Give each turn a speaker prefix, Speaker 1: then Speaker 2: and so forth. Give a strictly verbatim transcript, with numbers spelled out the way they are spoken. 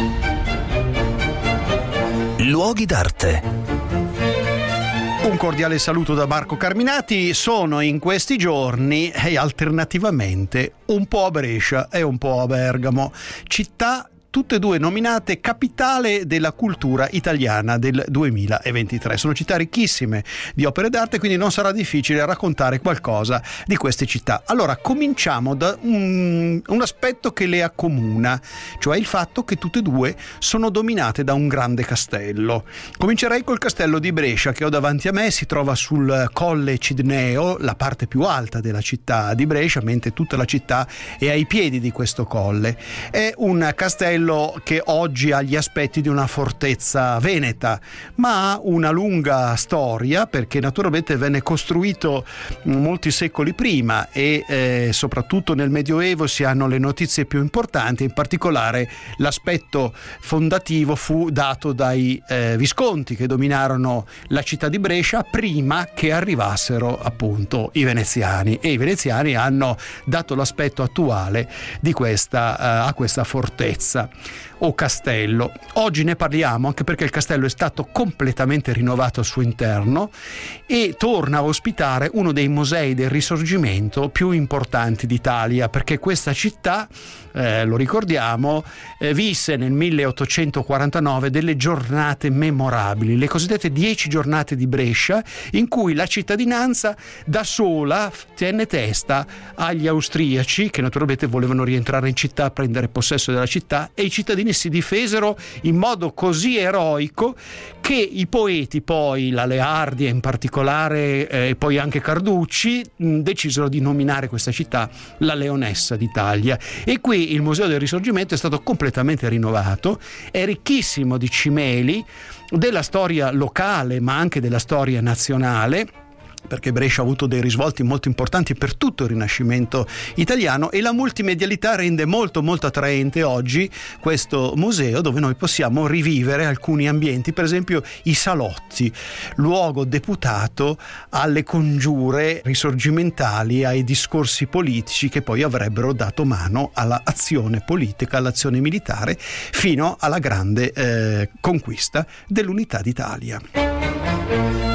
Speaker 1: Luoghi d'arte.
Speaker 2: Un cordiale saluto da Marco Carminati. Sono in questi giorni e alternativamente un po' a Brescia e un po' a Bergamo, città tutte e due nominate capitale della cultura italiana del duemilaventitré. Sono città ricchissime di opere d'arte, quindi non sarà difficile raccontare qualcosa di queste città. Allora, cominciamo da un, un aspetto che le accomuna, cioè il fatto che tutte e due sono dominate da un grande castello. Comincerei col castello di Brescia, che ho davanti a me, si trova sul Colle Cidneo, la parte più alta della città di Brescia, mentre tutta la città è ai piedi di questo colle. È un castello che oggi ha gli aspetti di una fortezza veneta, ma ha una lunga storia, perché naturalmente venne costruito molti secoli prima e eh, soprattutto nel Medioevo si hanno le notizie più importanti. In particolare l'aspetto fondativo fu dato dai eh, Visconti, che dominarono la città di Brescia prima che arrivassero appunto i veneziani, e i veneziani hanno dato l'aspetto attuale di questa, uh, a questa fortezza o castello. Oggi ne parliamo anche perché il castello è stato completamente rinnovato al suo interno e torna a ospitare uno dei musei del Risorgimento più importanti d'Italia, perché questa città, eh, lo ricordiamo, eh, visse nel milleottocentoquarantanove delle giornate memorabili, le cosiddette dieci giornate di Brescia, in cui la cittadinanza da sola tenne testa agli austriaci, che naturalmente volevano rientrare in città, prendere possesso della città, e i cittadini si difesero in modo così eroico che i poeti, poi la Leardi in particolare e eh, poi anche Carducci, mh, decisero di nominare questa città la Leonessa d'Italia. E qui il Museo del Risorgimento è stato completamente rinnovato, è ricchissimo di cimeli della storia locale ma anche della storia nazionale, perché Brescia ha avuto dei risvolti molto importanti per tutto il Rinascimento italiano, e la multimedialità rende molto molto attraente oggi questo museo, dove noi possiamo rivivere alcuni ambienti, per esempio i salotti, luogo deputato alle congiure risorgimentali, ai discorsi politici che poi avrebbero dato mano all'azione politica, all'azione militare, fino alla grande eh, conquista dell'unità d'Italia.